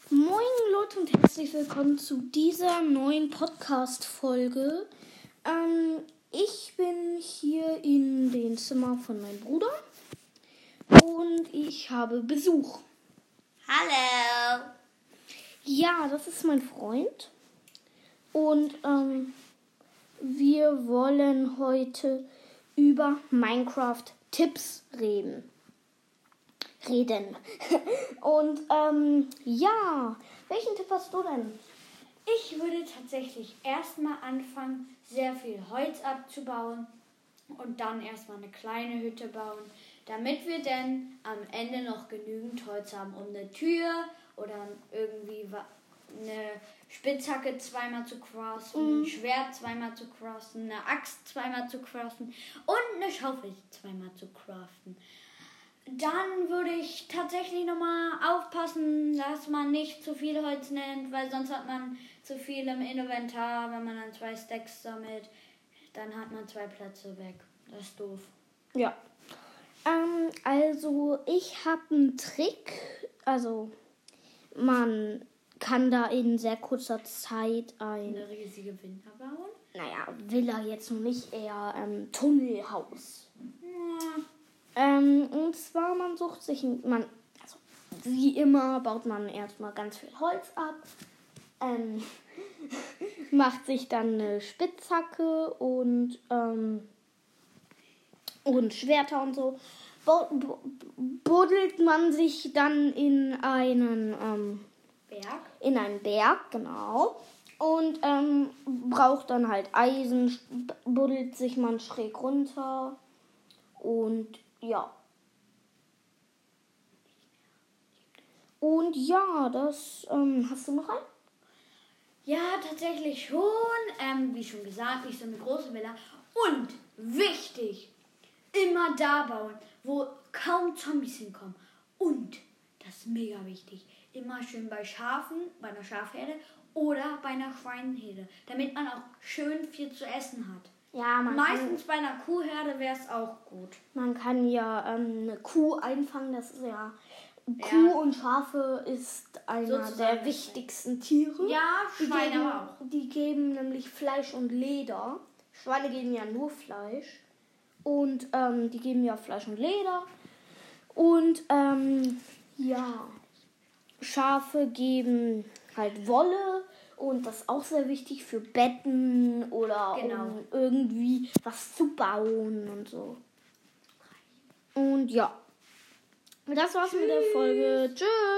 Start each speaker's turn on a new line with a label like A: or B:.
A: Moin Leute und herzlich willkommen zu dieser neuen Podcast-Folge. Ich bin hier in dem Zimmer von meinem Bruder und ich habe Besuch.
B: Hallo.
A: Ja, das ist mein Freund und wir wollen heute über Minecraft-Tipps reden. Und ja, welchen Tipp hast du denn?
B: Ich würde tatsächlich erstmal anfangen, sehr viel Holz abzubauen und dann erstmal eine kleine Hütte bauen, damit wir dann am Ende noch genügend Holz haben, um eine Tür oder irgendwie eine Spitzhacke zweimal zu craften, ein Schwert zweimal zu craften, eine Axt zweimal zu craften und eine Schaufel zweimal zu craften. Dann würde ich tatsächlich nochmal aufpassen, dass man nicht zu viel Holz nimmt, weil sonst hat man zu viel im Inventar. Wenn man dann 2 Stacks sammelt, dann hat man 2 Plätze weg. Das ist doof.
A: Ja. Also ich habe einen Trick. Also man kann da in sehr kurzer Zeit
B: Eine riesige Villa bauen.
A: Naja, Villa jetzt noch nicht, eher Tunnelhaus.
B: Ja.
A: Und zwar man sucht sich, wie immer baut man erstmal ganz viel Holz ab, macht sich dann eine Spitzhacke und Schwerter und so, buddelt man sich dann in einen Berg, genau, und braucht dann halt Eisen, buddelt sich man schräg runter und ja. Und ja, das hast du noch einen?
B: Ja, tatsächlich schon. Wie schon gesagt, nicht so eine große Villa. Und wichtig, immer da bauen, wo kaum Zombies hinkommen. Und, das ist mega wichtig, immer schön bei Schafen, bei einer Schafherde oder bei einer Schweineherde, damit man auch schön viel zu essen hat.
A: Ja,
B: meistens bei einer Kuhherde wäre es auch gut.
A: Man kann ja eine Kuh einfangen, das ist ja... Kuh und Schafe ist einer der wichtigsten Tiere.
B: Ja, Schweine auch.
A: Die geben nämlich Fleisch und Leder. Schweine geben ja nur Fleisch. Und die geben ja Fleisch und Leder. Und ja, Schafe geben halt Wolle. Und das ist auch sehr wichtig für Betten oder um irgendwie was zu bauen und so. Und ja. Das war's mit der Folge. Tschüss.